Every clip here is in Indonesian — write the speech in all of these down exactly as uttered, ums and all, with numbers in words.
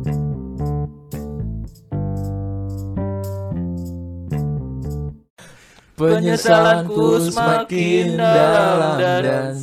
Penyesalanku semakin dalam dan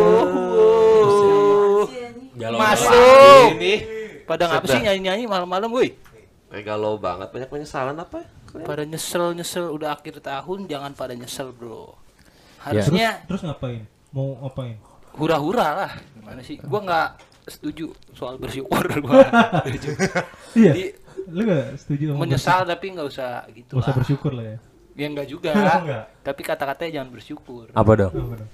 wow. Masuk. Pada ngapa sih nyanyi-nyanyi malam-malam, woi? Kayak galau banget, banyak penyesalan apa ya? Pada nyesel-nyesel udah akhir tahun, jangan pada nyesel, bro. Ya. Harusnya Terus, terus ngapain? Mau ngapain? hura-hura lah. Gimana sih? Gua enggak setuju soal bersyukur gua. Iya. Jadi, lu enggak setuju sama menyesal tapi enggak usah gitu. Enggak usah bersyukur lah ya. Ya enggak juga. Enggak. Tapi kata-katanya jangan bersyukur. Apa dong? Apa dong?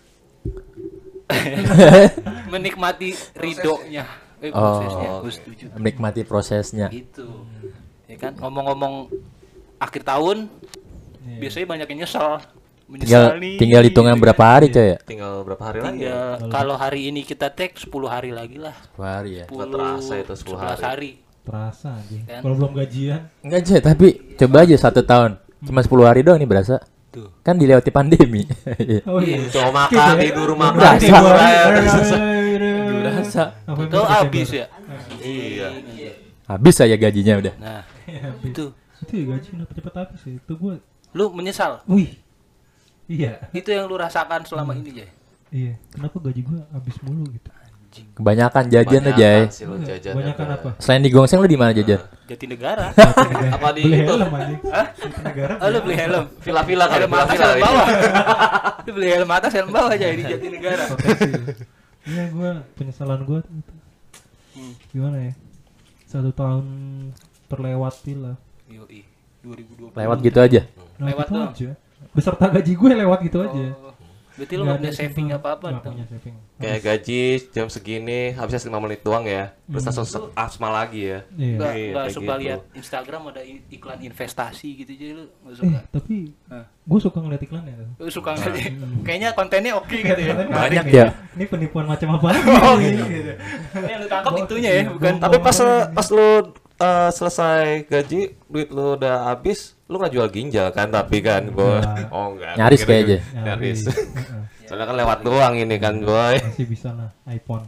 Menikmati ridonya. Eh, Oh. prosesnya. Gua setuju. Menikmati prosesnya. Gitu. Ya kan ngomong-ngomong akhir tahun Iya. biasanya banyak yang nyesel. Tinggal Menyesal nih. tinggal hitungan berapa hari coy ya? Tinggal berapa hari lagi ya? Tinggal kalau hari ini kita tag sepuluh hari lagi lah. Sepuluh hari ya. sepuluh, terasa itu sepuluh sebelas hari. Terasa aja. Kan? Kalau belum gajian, Enggak coy, tapi coba aja satu tahun. Cuma sepuluh hari doang nih berasa. Tuh. Kan dilewati pandemi. oh iya. Cuma makan, tidur, makan, Berasa. tidur aja. Berasa. Apa yang Itu Desember? habis ya. Iya. Habis saya gajinya udah. Nah, Iya, habis. itu Itu ya gaji kenapa cepet habis ya? Itu gua. lu menyesal. Wih. Iya. Itu yang lu rasakan selama ini, Jay. Iya. Kenapa gaji gua habis mulu gitu? Kebanyakan jajan tuh Jay. Banyakan sih lu jajan. Kebanyakan apa? Selain di Gongseng lu di mana jajan? Jatinegara. Apa di Beli itu? helm anjing. Hah? Negara. Oh, lu beli helm. Villa-villa kan, Helm atas, villa-villa. helm bawah. Lu beli helm atas, helm bawah aja di Jatinegara. Proteksi. Iya, gua penyesalan gua tuh itu. Hmm. Gimana ya? Satu tahun terlewati lah. Yoi, dua ribu dua puluh. Lewat gitu aja. Lewat gitu doang. aja. Beserta gaji gue lewat gitu aja. Oh, berarti lu Nggak nggak punya ada saving simpan- apa-apa nggak tuh. punya saving. Kayak gaji jam segini, habisnya lima menit doang ya. Terus langsung se- asma lagi ya. Iya. Nggak Iya, nggak kayak suka gitu. lihat Instagram ada i- iklan investasi gitu aja lu nggak Eh, suka. tapi Hah. gue suka ngeliat iklannya tuh. Lu suka nggak sih? Kayaknya kontennya oke gitu ya. Banyak Menarik ya. Ini penipuan macam apa? Oh, gitu. gitu. Yang lu tangkap itunya ya, bukan. Tapi pas pas lu uh, selesai gaji, duit lu udah habis, lu nggak jual ginjal kan? Tapi kan, boy. Enggak. Oh enggak. Nyaris kayak aja. Nyaris. Heeh. Soalnya kan lewat doang ini kan, boy. Masih bisa lah iPhone.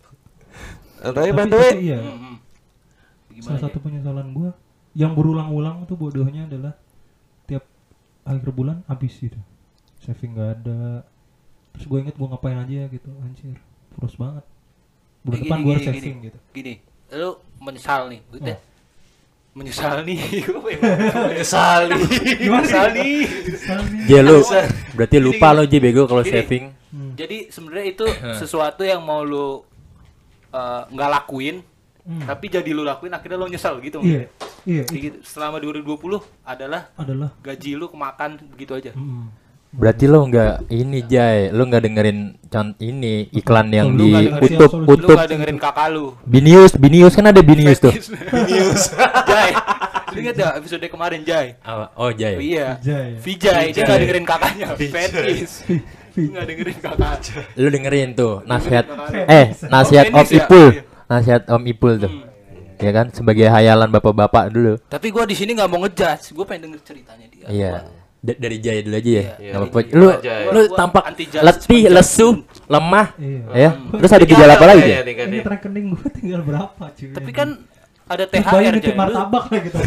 Tapi by the tapi way, iya. Hmm, hmm. Gimana Salah ya? satu penyesalan gue yang berulang-ulang tuh bodohnya adalah tiap akhir bulan habis gitu. Saving gak ada. Terus gue inget gue ngapain aja gitu, anjir. Terus banget. Bulan Gini, depan gue gini, harus gini, saving gitu. Gini, lu menyesal nih, udah. Oh. Menyesal nih, Gua pengen menyesal nih. menyesal nih. Jay lu berarti lupa lo Jay bego kalau Gini. saving. Hmm. Jadi sebenarnya itu sesuatu yang mau lu uh, nggak lakuin, Hmm. tapi jadi lu lakuin akhirnya lu nyesal gitu. Iya. Iya, Kayak gitu. Selama dua ribu dua puluh adalah adalah gaji lu kemakan begitu aja. hmm. Berarti lo nggak ini Jay, lo nggak dengerin con ini iklan yang Lu di nggak dengerin YouTube yang Lu YouTube nggak dengerin kakak lu. Binius Binius kan ada Binius tuh. Binius. Jai. Lu ingat ya episode kemarin Jai? Apa? Oh Jay. Oh, iya. Vijay ya? Vijay, dia Vijay. nggak dengerin kakaknya. Fetis. Vi- Nggak dengerin kakaknya. Lu dengerin tuh nasihat eh nasihat Oh, Om Dennis ya? Ipul. Iya. Nasihat Om Ipul tuh. Ya kan sebagai hayalan bapak-bapak dulu. Tapi gua di sini nggak mau ngejudge, gua pengen denger ceritanya dia. Iya. Da- dari Jay dulu aja ya. Iya. Nggak apa-apa. Iya. Lu Jay. lu Gua tampak anti judge, letih, cuma lesu, lemah, Iya. ya. Terus ada gejala apa lagi, Jay? Ini rekening gue tinggal berapa cuy? Tapi kan ada T Terus H bayar R nitip Jay. Lu- martabak lah gitu.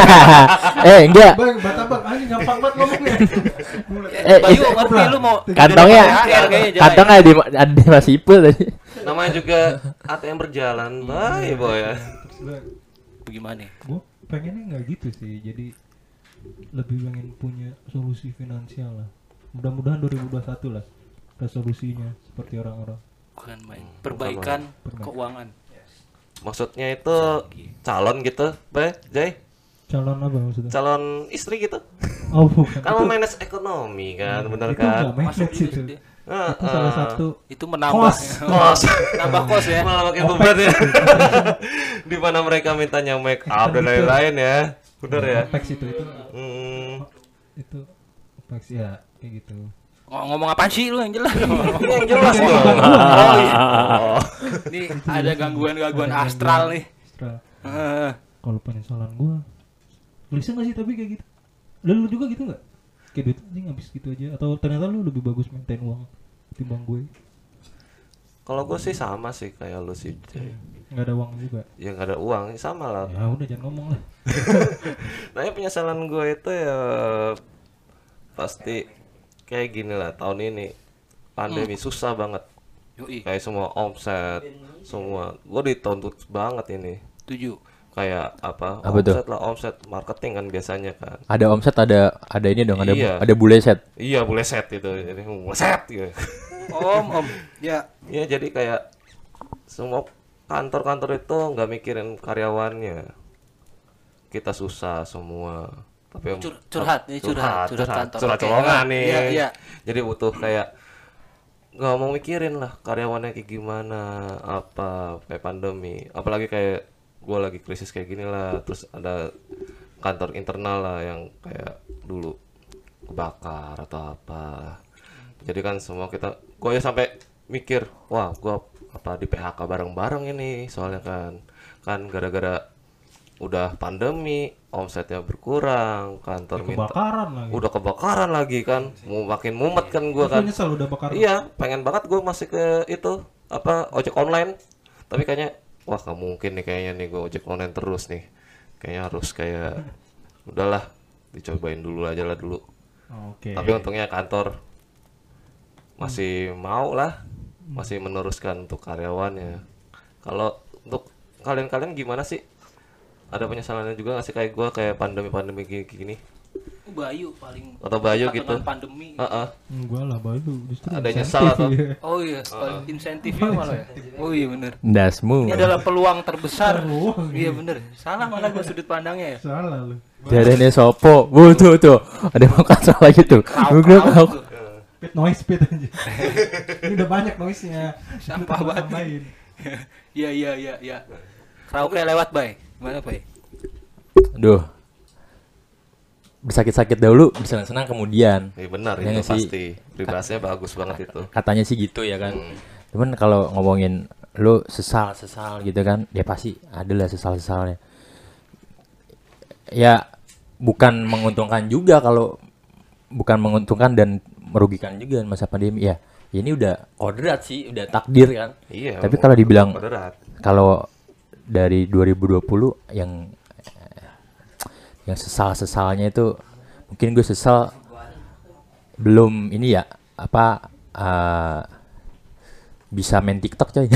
eh enggak. Bang, martabak anjing gampang banget ngomongnya. Eh, Bayu is- ngerti lu mau kantongnya T H R kayaknya Jay. kantongnya di ada di Mas Ipul tadi. Namanya juga A T M berjalan, bye boy ya. Bagaimana? Gue pengennya nggak gitu sih, jadi lebih pengen punya solusi finansial lah. Mudah-mudahan dua ribu dua puluh satu lah resolusinya seperti orang-orang. Bukan main. Perbaikan Perbaikan. keuangan. Maksudnya itu calon gitu, Bay, Jay. Calon apa maksudnya? Calon istri gitu. Oh bukan. Kan mau manage ekonomi kan, bener itu nggak kan? manage Masuk itu. dulu dia. Heeh. Itu salah satu Itu menambah Kos. Kos. nambah kos ya. Malah makin beban ya. Di mana mereka mintanya make up dan lain-lain ya. Bener ya? Opex itu itu Hmm. itu Opex ya kayak gitu. Ng- ngomong apa sih lu yang jelas? Yang jelas dong. Oh, iya. Oh. Ini ada gangguan-gangguan astral nih. Astral. Heeh. Kalau penyesalan gua bisa nggak sih tapi kayak gitu? Lu, lu juga gitu nggak? Kayak duit anjing habis gitu aja atau ternyata lu lebih bagus maintain uang ketimbang gue? Kalau gue sih sama sih kayak lu sih. Nggak ada uang juga. Ya nggak ada uang, sama lah. Ya udah jangan ngomong lah. Nah, ya penyesalan gue itu ya pasti kayak gini lah, tahun ini pandemi susah banget. Yoi. Kayak semua omset, semua gue dituntut banget ini. Tujuh. Kayak apa? Apa tuh? Omset lah, omset marketing kan biasanya kan. Ada omset, ada ada ini dong, ada Iya. ada bule set. Iya, boleh set itu. Jadi boleh set gitu. Om, om. Ya. Ya jadi kayak semua kantor-kantor itu nggak mikirin karyawannya. Kita susah semua. Tapi yang- Cur- curhat nih, curhat, curhat kantor. curhat Oke. colongan nih. Iya, iya. Jadi butuh kayak nggak mau mikirin lah karyawannya kayak gimana, apa kayak pandemi. Apalagi kayak gue lagi krisis kayak gini lah. Terus ada kantor internal lah yang kayak dulu kebakar atau apa. Jadi kan semua kita, gue ya sampai mikir, wah gue apa di P H K bareng-bareng ini soalnya kan, kan gara-gara udah pandemi, omsetnya berkurang, kantor minta, Kebakaran lagi. udah kebakaran lagi kan, mau makin mumet kan gue Terus kan, lu nyesel udah bakar. iya pengen banget gue masih ke itu apa ojek online, tapi kayaknya wah gak mungkin nih kayaknya nih gue ojek online terus nih, kayaknya harus kayak udahlah dicobain dulu aja lah dulu. Oke. Tapi untungnya kantor masih mau lah, masih meneruskan untuk karyawannya. Kalau untuk kalian-kalian gimana sih? Ada penyesalannya juga nggak sih kayak gue kayak pandemi-pandemi gini, gini? Bayu paling. Atau Bayu dekat gitu? dengan Pandemi. Heeh. Enggak lah baru justru. Ada insentif, nyesal atau- iya. Oh iya, paling insentifnya malah ya. Oh iya bener. Dasmu. Ini adalah peluang terbesar. Peluang, Iya bener. Salah malah gua sudut pandangnya ya. Salah lu. Jadinya sopo. Bu tuh tuh. Ada mau kasar lagi tuh. Gue Krauk kau. tuh. Pit noise pit aja. Ini udah banyak noise-nya. Sampah Lu banget. tambahin. Iya iya iya iya. Krauke lewat, Bay. Gimana, Bay? Aduh. Bersakit-sakit dahulu, bersenang-senang kemudian. Iya benar Ya itu nggak sih? pasti. Peribahasanya bagus banget itu. Katanya sih gitu ya kan. Cuman kalau ngomongin lu sesal-sesal gitu kan, ya pasti adalah sesal-sesalnya. Ya bukan menguntungkan juga kalau bukan menguntungkan dan merugikan juga masa pandemi ya. Ini udah kodrat sih, udah takdir kan. Iya. Tapi kalau dibilang moderat. kalau dari dua ribu dua puluh yang yang sesal-sesalnya itu mungkin gue sesal belum ini ya apa uh, bisa main TikTok coy.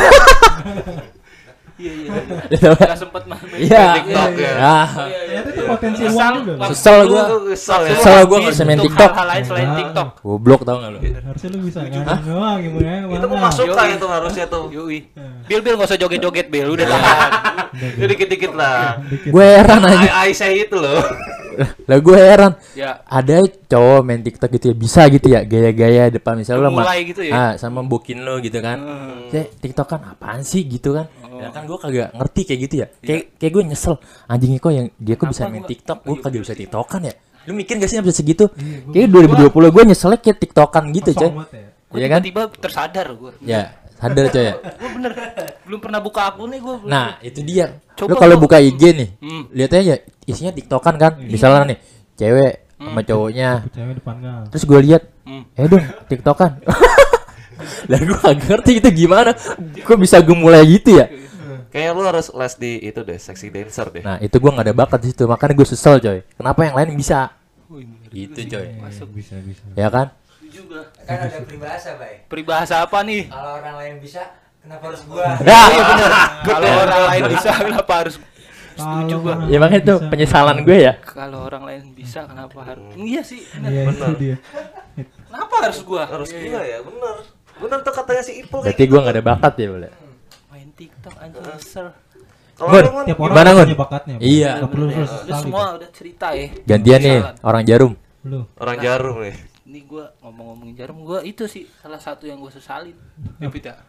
Iya iya. Enggak sempat main Iya. TikTok ya. Ah, Ternyata itu potensi uang juga loh. Sesal gua. Kesel ya. Sesal gua nggak bisa main Untuk TikTok. hal-hal lain selain Ah. TikTok. Goblok tau gak lu? Harusnya lu bisa kan. Wah, gimana? Itu Mana? pemasukan Yoi. itu harusnya tuh. Yoi. Bil Bil enggak usah joget-joget, Bil. Udah tahan. Ya dikit-dikit lah. Gue heran aja. I, I say itu loh. Lah gue heran. Ya. Ada cowok main TikTok gitu ya bisa gitu ya gaya-gaya depan misalnya lo Mulai gitu ya? ah sama bokin lo gitu kan. Saya TikTok kan apaan sih gitu kan. Oh. Ya kan gue kagak ngerti kayak gitu ya. Iya. Kayak kayak gue nyesel anjingnya kok yang dia kok bisa Kenapa main gua- TikTok, oh gue iya, kagak bener bisa sih. TikTokan ya. Lu mikir gak sih bisa segitu? Kayak dua ribu dua puluh gue nyeselnya kayak TikTokan gitu coy. Kosong banget ya. Gua Iya kan? tiba-tiba tersadar gua. Ya, sadar coy ya. Gua bener belum pernah buka akun nih gua. belum- Nah, itu dia. Coba Lu kalau gua- buka I G nih, Hmm. lihat aja isinya TikTokan kan. Misalnya nih, cewek sama cowoknya. Cewek depan gang. Terus gue lihat, Hmm. eh dong, TikTokan. Lah gue gak ngerti itu gimana. Kok bisa gemulai gitu ya? Kayaknya lu harus les di itu deh, sexy dancer deh. Nah, itu gue gak ada bakat di situ. Makanya gue kesel coy. Kenapa yang lain bisa? Wih, bener Gitu juga coy. sih. Masuk Bisa bisa. Ya kan? juga. Kan ada peribahasa, Bay. Peribahasa apa nih? Kalau orang lain bisa, kenapa harus gua? Ya, Iya bener. Kalau orang lain bisa kenapa harus setuju gua? Kalau ya makanya itu bisa. penyesalan gue ya. Kalau orang lain bisa kenapa harus? Iya sih. bener. Iya itu dia. Kenapa harus gua? Harus gila ya, bener. Bener tuh katanya si Ipul kayak Berarti gue gak ada bakat ya boleh. Main TikTok anjing nyesel. Kalau Ngun, lu kan Tiap orang Gimana, Ngun? punya bakatnya. Bang. Iya. Nggak perlu Bener ya. terus Udah sekali. semua udah cerita ya. Gantian nih, Penyesalan. orang jarum. Lu. orang jarum nih. Ini gua ngomong-ngomongin jarum, gua itu sih salah satu yang gua sesalin. David ya.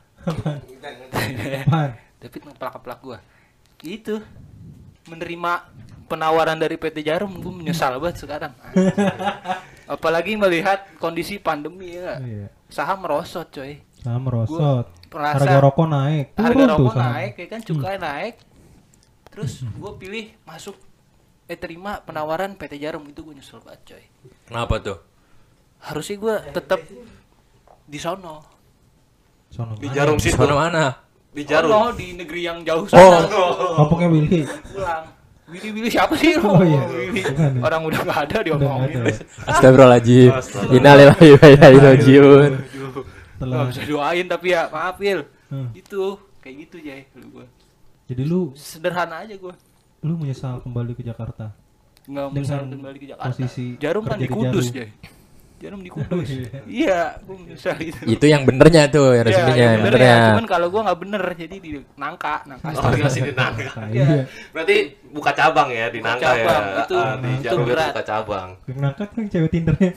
Apaan? David ngeplak-plak gua. Itu menerima penawaran dari P T Jarum, gua menyesal banget sekarang. Apalagi melihat kondisi pandemi ya nggak? Iya. Saham merosot coy. Saham merosot. merasa- Harga rokok naik. Harga Turun tuh rokok saham. naik, ya kan cukai naik. Terus gue pilih masuk eh terima penawaran P T Jarum, itu gue nyesel banget coy. Kenapa tuh? Harusnya gue tetap di sono. Sono Di mana? Jarum situ. Sono mana? Di Jarum. Oh, di negeri yang jauh Oh. sana. Kampungnya Willy. Pulang. Willy Willy siapa sih lu? Oh, iya. Willy. Bukan, ya? Orang udah nggak ada Udah nggak diomongin. ada. Astagfirullahaladzim. Astagfirullah. Innalillahi wa inna ilaihi rajiun. Aduh. Setelah- Nggak bisa doain tapi ya maaf Il. Hmm. Itu kayak gitu Jay lu gua. Jadi lu Sederhana aja gua. lu menyesal kembali ke Jakarta Nggak dengan bisa kembali ke Jakarta. posisi Jarum kan kerja di di Kudus Jarum. Jay. Jarum di Kudus. Iya. Iya, gua menyesal itu. Itu yang benernya tuh, yang Iya, resminya, yang yang bener ya. benernya. Cuman kalau gua nggak bener jadi di Nangka, Nangka. Oh, masih di Nangka. Nah, iya. Berarti buka cabang ya di Buka Nangka cabang, ya. itu- Ah, di itu Jarum itu berat. buka cabang. Yang nangkat kan cewek Tindernya.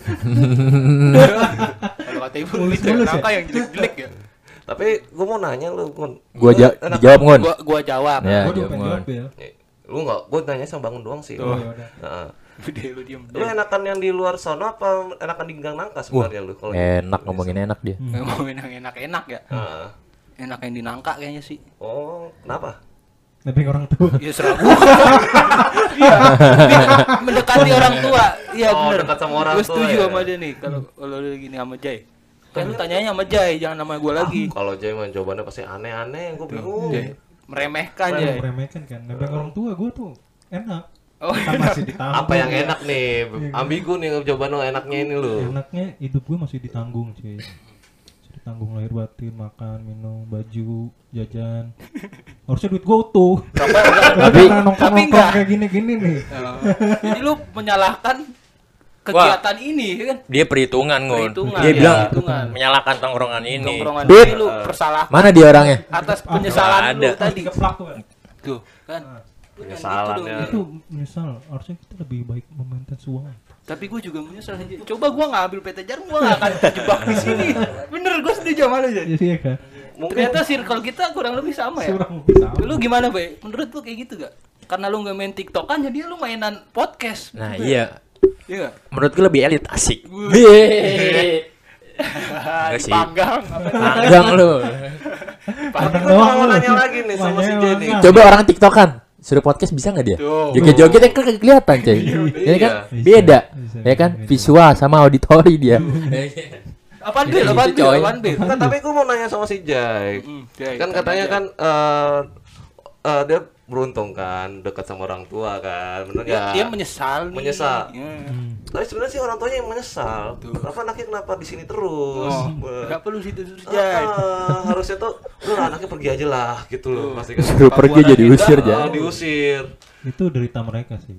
Kalau kata ibu Mulus-mulus gitu ya, ya? Nangka yang jelek-jelek ya. Tapi gua mau nanya lu, Ngun. Gua Lu ja- enak- dijawab ngun. Gua gua jawab. Ya, Gua jawab juga pengen ngun. jawab ya. Eh, Lu enggak, gua nanya sama Bangun doang sih. Oh, ya udah. Heeh. Udah lu diem. Lu enakan yang di luar sono apa enakan di Gang Nangka sebenarnya lu kalau Enak ngomongin enak dia. Ngomongin yang enak-enak ya. Heeh. Enak yang di Nangka kayaknya sih. Oh, kenapa? Nebeng orang tua. Iya serah gua. Iya. Mendekati orang tua. Iya Oh, benar. dekat sama orang Gua tua setuju ya. sama dia nih kalau kalau lu gini sama Jay. Kan lu tanyanya sama Jay, jangan nama gua lagi. Kalau Jay mah jawabannya pasti aneh-aneh, gua bingung. Jay. Meremehkan Kan Jay. meremehkan kan. Nebeng orang tua gue tuh enak. Oh, Kan masih ditanggung. Apa yang enak nih? Ambigu nih jawaban lo enaknya ini lu. Enaknya hidup gue masih ditanggung cuy. Masih ditanggung lahir batin, makan, minum, baju, jajan. Harusnya duit gue utuh. Tapi- nongkrong-nongkrong enggak. kayak gini-gini nih. Oh. Jadi lu menyalahkan kegiatan ini ya kan? Dia perhitungan ngun. Perhitungan, Dia ya, bilang perhitungan. menyalahkan tongkrongan ini. Nongkrongan Bit. ini lu persalahkan Mana dia orangnya? atas penyesalan lu Ada. tadi. Keplak tuh. Tuh, kan. Penyesalan Gitu ya. dong. Itu menyesal. Harusnya kita lebih baik memaintain uang. Tapi gue juga menyesal aja. Coba gue nggak ambil P T Jarum, gue nggak akan terjebak di sini. Bener, gue setuju sama lu aja. Iya kan. Ternyata circle kita kurang lebih sama ya. Kurang lebih sama. Lu gimana, Bay? Menurut lu kayak gitu gak? Karena lu nggak main TikTokan, jadi lu mainan podcast. Nah, Gitu ya? iya. Iya nggak? Menurut gue lebih elit asik. Wih. Yeay. Enggak sih. Dipanggang. apa? Panggang lu. Tapi Pandang gua doang mau lu. nanya lagi nih sama si Makanya Jay nih. orang. Coba orang TikTokan. Suruh podcast bisa nggak dia? Tuh. Joget-joget yang kan kelihatan, coy. Ya kan? Bisa, Beda. bisa, Ya kan? beda. Visual sama auditori dia. Apaan bil? Apaan Gitu, bil? coy. Apaan bil? Kan tapi gua mau nanya sama si Jay. Mm, Jay, Kan tanya katanya aja. kan eh eh, dia beruntung kan dekat sama orang tua kan. Bener dia, nggak? dia menyesal nih. Menyesal. Iya. Hmm. Tapi sebenarnya sih orang tuanya yang menyesal. Kenapa anaknya kenapa di sini terus? Oh, Wah. nggak perlu situ terus Ah, Jay. ah, harusnya tuh udah anaknya pergi aja lah gitu loh pasti kan. Suruh pergi Papua jadi lagi usir dah. aja. Ah, diusir. Itu derita mereka sih.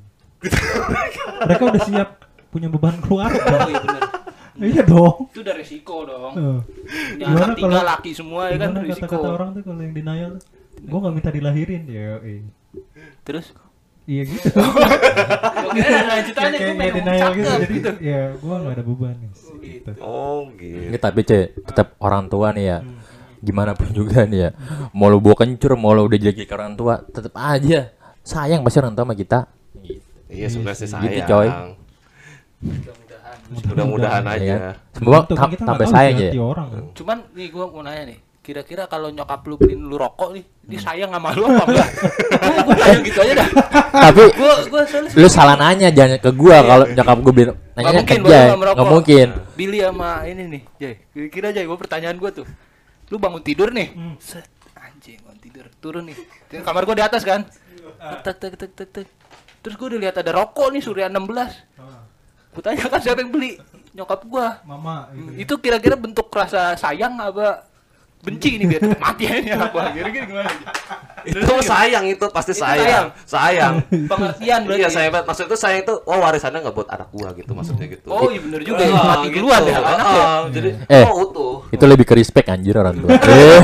Mereka udah siap punya beban keluarga. Oh, iya bener. Iya dong. Itu udah resiko dong. Eh, Punya Gimana anak tiga kalau- laki semua ya kan Gimana resiko. kata-kata orang tuh kalau yang denial, gue nggak minta dilahirin ya. Eh. Terus? Iya gitu. Oke, ada lanjutannya gue Kayak kayak pengen denial ngomong gitu. cakep Jadi gitu. ya gue nggak ada beban nih. Gitu. Oh gitu. Ini tapi cuy, tetap orang tua nih ya. Gimana pun juga nih ya. Mau lu bawa kencur, mau lu udah jelek ke orang tua, tetap aja sayang pasti orang tua sama kita. Iya sebenarnya sih Gitu, sayang. coy. Mudah-mudahan. Mudah-mudahan Ya aja. kan? Semua Untung tam- kita nggak tambah tahu sayang isi ya. hati orang kan. Cuman nih gue mau nanya nih, kira-kira kalau nyokap lu beliin lu rokok nih, dia sayang sama lu apa enggak? Gue tanya gitu aja dah. Tapi Gue gue soalnya lu salah nanya jangan ke gua kalau nyokap gua beli nggak nanya mungkin ke baru Jay. nggak merokok. Nggak mungkin. Billy sama ini nih, Jay. Kira-kira Jay, gue pertanyaan gue tuh. Lu bangun tidur nih. Set, anjing bangun tidur. Turun nih. Kamar gue di atas kan. Tek tek tek tek tek. Terus gue udah lihat ada rokok nih Surya enam belas. Gue tanya kan siapa yang beli? Nyokap gua. Mama gitu. Itu kira-kira bentuk rasa sayang apa benci ini biar cepet mati aja apa? Kira-kira gimana? Itu sayang itu pasti Itu sayang. Sayang. Pengertian berarti. Iya sayang banget. Maksud itu sayang itu oh warisannya nggak buat anak gua gitu maksudnya gitu. Oh iya bener juga ya. Ah, Mati gitu. duluan ya anak ya. Ah, Jadi Eh. oh utuh. Itu lebih ke respect anjir orang tua. Eh,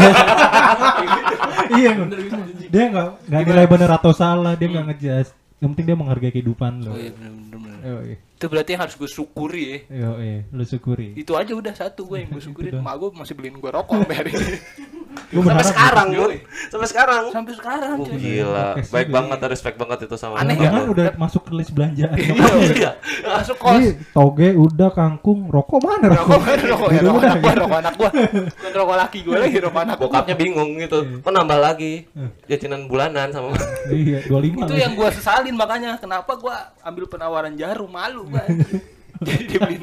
Iya bener. Dia nggak nggak nilai benar atau salah, dia nggak ngejudge. Yang penting dia menghargai kehidupan lo. Oh iya bener bener. bener. Yo, iya. Itu berarti yang harus gue syukuri ya. Yo, iya. Lu syukuri. Itu aja udah satu gue yang gue syukurin. Itu Mak gue masih beliin gue rokok sampai hari ini. Gua Sampai berharap sekarang, gitu. Bun. Sampai sekarang. Sampai sekarang. Oh, cuy. gila. Podcast Baik juga. banget, respect banget itu sama Aneh nyokap Jangan lu. udah masuk ke list belanjaan. Iya. Masuk kos. Ini toge udah kangkung, rokok mana Rokok rokok? mana rokok ya? Gitu Rokok udah, anak gue, gitu. rokok anak gue. Bukan rokok laki gue lagi, rokok anak gue. Bokapnya bingung gitu. Kok nambah lagi jajanan bulanan sama Iya, dua puluh lima. Itu yang gue sesalin makanya kenapa gue ambil penawaran jarum malu gue. Jadi dia beliin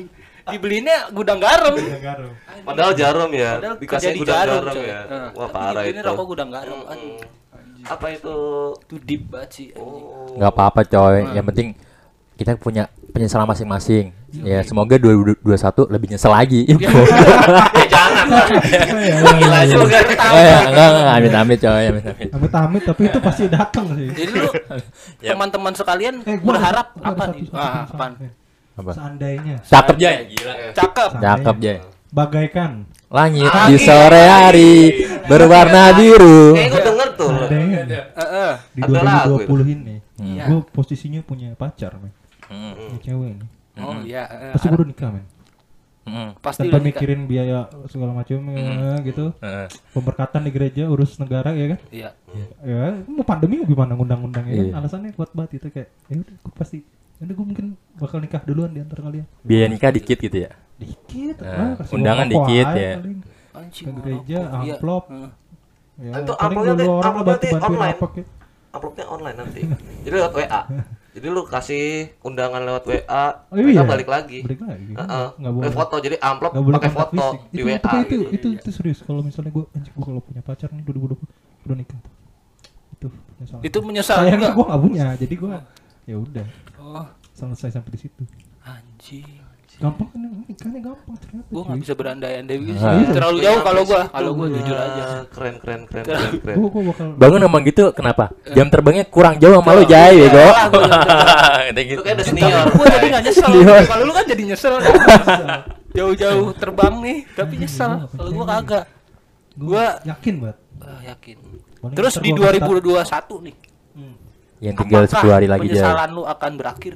Dibelinya gudang garam. Gudang garam. Padahal jarum ya. Padahal kerja Dikasih di gudang jarum, garam coy. ya. Nah, Wah, tapi parah dibelinya itu. rokok gudang garam. Mm-mm. Aduh. Apa itu? Itu deep banget sih. anjing. Oh. Nggak apa-apa coy, yang penting kita punya penyesalan masing-masing. Ya semoga dua ribu dua puluh satu lebih nyesel lagi. Ya jangan lah. Gila juga. Oh ya, enggak enggak amit-amit coy, amit-amit. Amit-amit tapi itu pasti datang sih. Jadi lu teman-teman sekalian Eh, gua berharap ada- gua ada apa satu- nih? satu Ah, kesan. apaan? Eh, Apa? Seandainya Cakep Jay. Gila. Cakep. Cakep Jay. bagaikan Langit di sore hari berwarna biru. Eh, gue denger tuh. seandainya Heeh. di Ada dua ribu dua puluh lagu ini Iya. gue posisinya punya pacar men. Hmm. Ini cewek nih. Oh iya, eh, Pasti gue udah nikah men. Hmm. pasti Tanpa udah nikah. mikirin biaya segala macam ya, gitu. Heeh. Pemberkatan di gereja, urus negara ya kan. Iya. Ya, mau pandemi mau gimana ngundang-undang ya Iya. kan. Alasannya kuat banget itu kayak ya udah gue pasti ya udah gue mungkin bakal nikah duluan di antara kalian. Biaya nikah dikit gitu ya. Dikit. Eh, ah, kasih undangan rokok dikit aja ya. paling. Anjing. Ke gereja, rokok. Iya. amplop. Heeh. Ya, Itu paling amplopnya dua nanti- orang lah amplopnya nanti bantu-bantuin online. apa kayak. Uploadnya online nanti. Jadi lewat W A. Jadi lu kasih undangan lewat W A, Oh, mereka iya? balik lagi. Balik lagi. Heeh. Nggak boleh. Eh, foto jadi amplop Gak boleh pakai kontak foto fisik. di Itu, W A. tapi itu, gitu. itu, itu serius. Kalau misalnya gue anjing gue kalau punya pacar nih dua ribu dua puluh udah nikah tuh. Itu menyesal. Itu menyesal Sayangnya juga. gue gak punya, jadi gue ya udah Oh, selesai sampai di situ. anjing. Gampang kan nikahnya gampang ternyata. Gua cuy. nggak bisa berandai-andai gitu. Ah. sih. Terlalu jauh kalau gua, Sampai kalau situ. gua jujur aja. Ah, Keren keren keren keren keren. Gue gue bakal Bangun ngomong gitu kenapa? Jam terbangnya kurang jauh sama lu Jay bego. Ah, gua jam Kayak Itu gitu. kayak udah senior. Gua jadi nggak nyesel. Senior. Kalau lu kan jadi nyesel. Jauh-jauh terbang nih, tapi nyesel. Kalau gua kagak. gue Gua- yakin banget. Ah, yakin. Paling Terus ntar di gua dua minta- ribu dua puluh satu nih, Yang tinggal apakah sepuluh hari lagi Jay. penyesalan lu akan berakhir?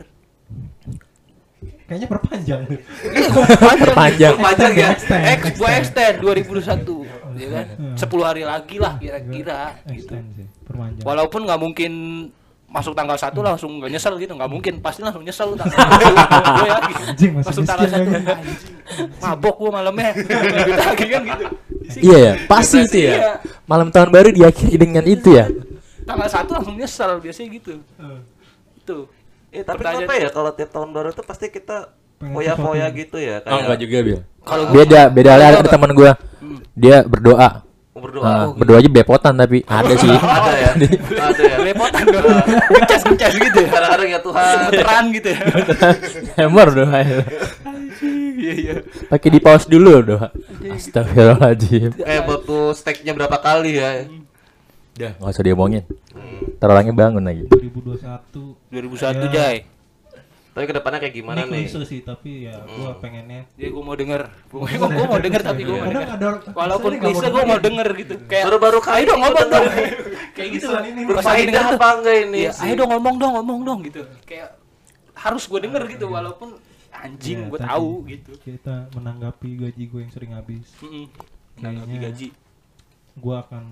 kayaknya perpanjang. Panjang. Panjang ya. Extend, X, gua extend. extend dua ribu dua puluh satu, ya kan? Hmm. sepuluh hari lagi lah kira-kira gitu. Extend sih, perpanjang. Walaupun nggak mungkin masuk tanggal satu langsung nggak nyesel gitu, nggak mungkin, pasti langsung nyesel lu tanggal satu. Gua yakin. Anjing masih Masuk tanggal miskin satu, lagi. anjing. Mabok gua malamnya, gitu lagi kan gitu. Iya ya, pasti itu Iya. ya. Malam tahun baru diakhiri dengan itu ya. Tanggal satu langsung nyesel biasanya gitu. Itu. Eh, tapi Pertanyaan- kenapa ya kalau tiap tahun baru itu pasti kita Pengen foya-foya sesuatu. gitu ya Oh enggak juga Bil. Kalau gua- Beda, beda Kalau ada gua- ada teman gua. Dia berdoa. Mau berdoa. Ah, Oh, berdoa aja bepotan tapi ada sih. Ada ya. Ada ya. Lepotan dong. Gencas-gencas gitu ya. Kadang-kadang ya Tuhan. Gemeteran gitu ya. Hammer doa. Iya, iya. Pakai di pause dulu doa. Astagfirullahaladzim. Kayak butuh steaknya berapa kali ya. Udah, enggak usah diomongin. Ntar orangnya bangun lagi. dua ribu dua puluh satu dua ribu satu Ya. Jay. Tapi kedepannya kayak gimana ini nih? klise sih tapi ya gue pengennya Ya gua mau denger. Gua, gua mau denger tapi gua mau Kadang denger. ada orang- Walaupun misalnya nggak klise mau gua mau dengerin. denger gitu. Kayak Baru-baru kali ayo dong ini ngomong gua dong. denger. Kayak gitu. Misalnya ini Pas lagi Berfaedah denger tuh. apa enggak ini? Iya, ayo dong ngomong dong, ngomong dong gitu. Kayak harus gua denger gitu walaupun anjing Ya, gua tadi tahu gitu. kita menanggapi gaji gue yang sering habis. Heeh. Menanggapi Kayaknya- gaji. Gue akan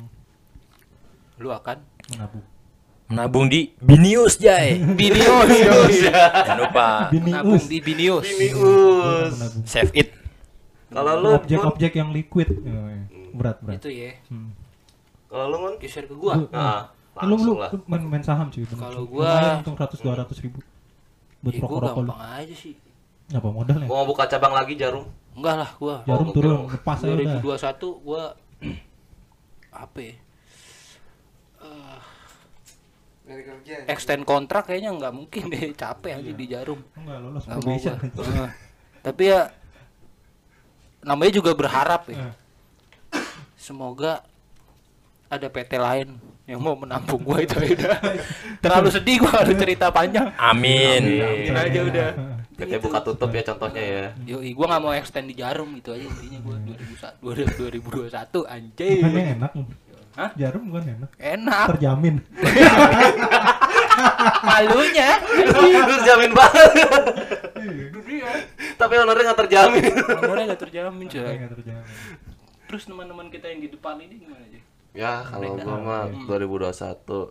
Lu akan menabung. Menabung di Binius Jay. Binius. Jangan lupa Nabung Binius. di Binius. Gua akan menabung. save it. Kalau lu Mun, Objek-objek yang liquid. Berat berat. Itu ya. Hmm. kalau lu Mun, Geser ke gua. Lu- nah, Eh, lu, lu, langsung lah. lu main, main saham cuy. bener. Kalau Lumayan gua- untung seratus dua ratus ribu buat Ya, gua rokok-rokok lu. gampang aja sih. Apa modalnya? Gua mau buka cabang lagi jarum. Enggak lah gua. Jarum Oh, turun oke. lepas aja dua ribu udah. dua puluh satu gua apa ya? Extend kontrak kayaknya nggak mungkin deh, capek aja di jarum. Enggak lolos Nggak mau probation. gua. Heeh. Tapi ya namanya juga berharap ya. Eh. Semoga ada P T lain yang mau menampung gua itu aja udah. Terlalu sedih gua kalau cerita panjang. Amin. Amin aja udah. P T buka tutup ya contohnya ya. Yoi, gua nggak mau extend di jarum gitu aja intinya gua dua ribu satu dua ribu dua puluh satu anjing. Bukannya enak. Hah? Jarum bukan enak. Enak Terjamin. malunya. Terus jamin banget. Dunia. Tapi honornya nggak terjamin. Honornya nggak terjamin coy. Enggak terjamin. Terus teman-teman kita yang di depan ini gimana aja? Ya kalau gua mah dua ribu dua puluh satu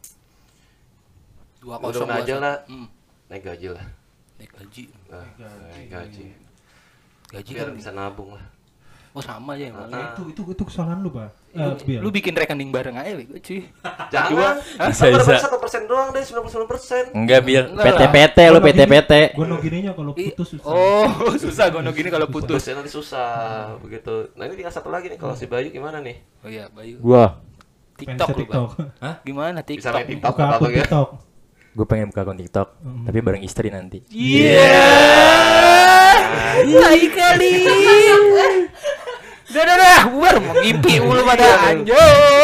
Dua Udah kosong aja lah. Hmm. naik gaji lah. Naik gaji. Nah, naik gaji. Gaji Biar kan bisa nabung lah. Oh sama aja emang. Ah. Itu itu itu kesalahan lu, Pak. Eh, Bill. Lu bikin rekening bareng aja bego cuy. Jangan. Bisa, Bisa bisa. satu persen doang deh, sembilan puluh sembilan persen. Enggak, Bil. Enggak P T lah. P T lu P T P T. Gue no gininya kalau I- putus susah. Oh, susah gono gini kalau Putus putus. ya nanti susah begitu. Nah ini tinggal satu lagi nih, kalau si Bayu gimana nih? Oh iya, Bayu. Gua TikTok lu, TikTok. Bang. Gimana Bisa TikTok? main TikTok Buka apa akun ya? TikTok. gue pengen buka akun TikTok, tapi bareng istri nanti. Iya. Tai kali. Udah, udah, udah, bubar mau ngimpi mulu pada anjir.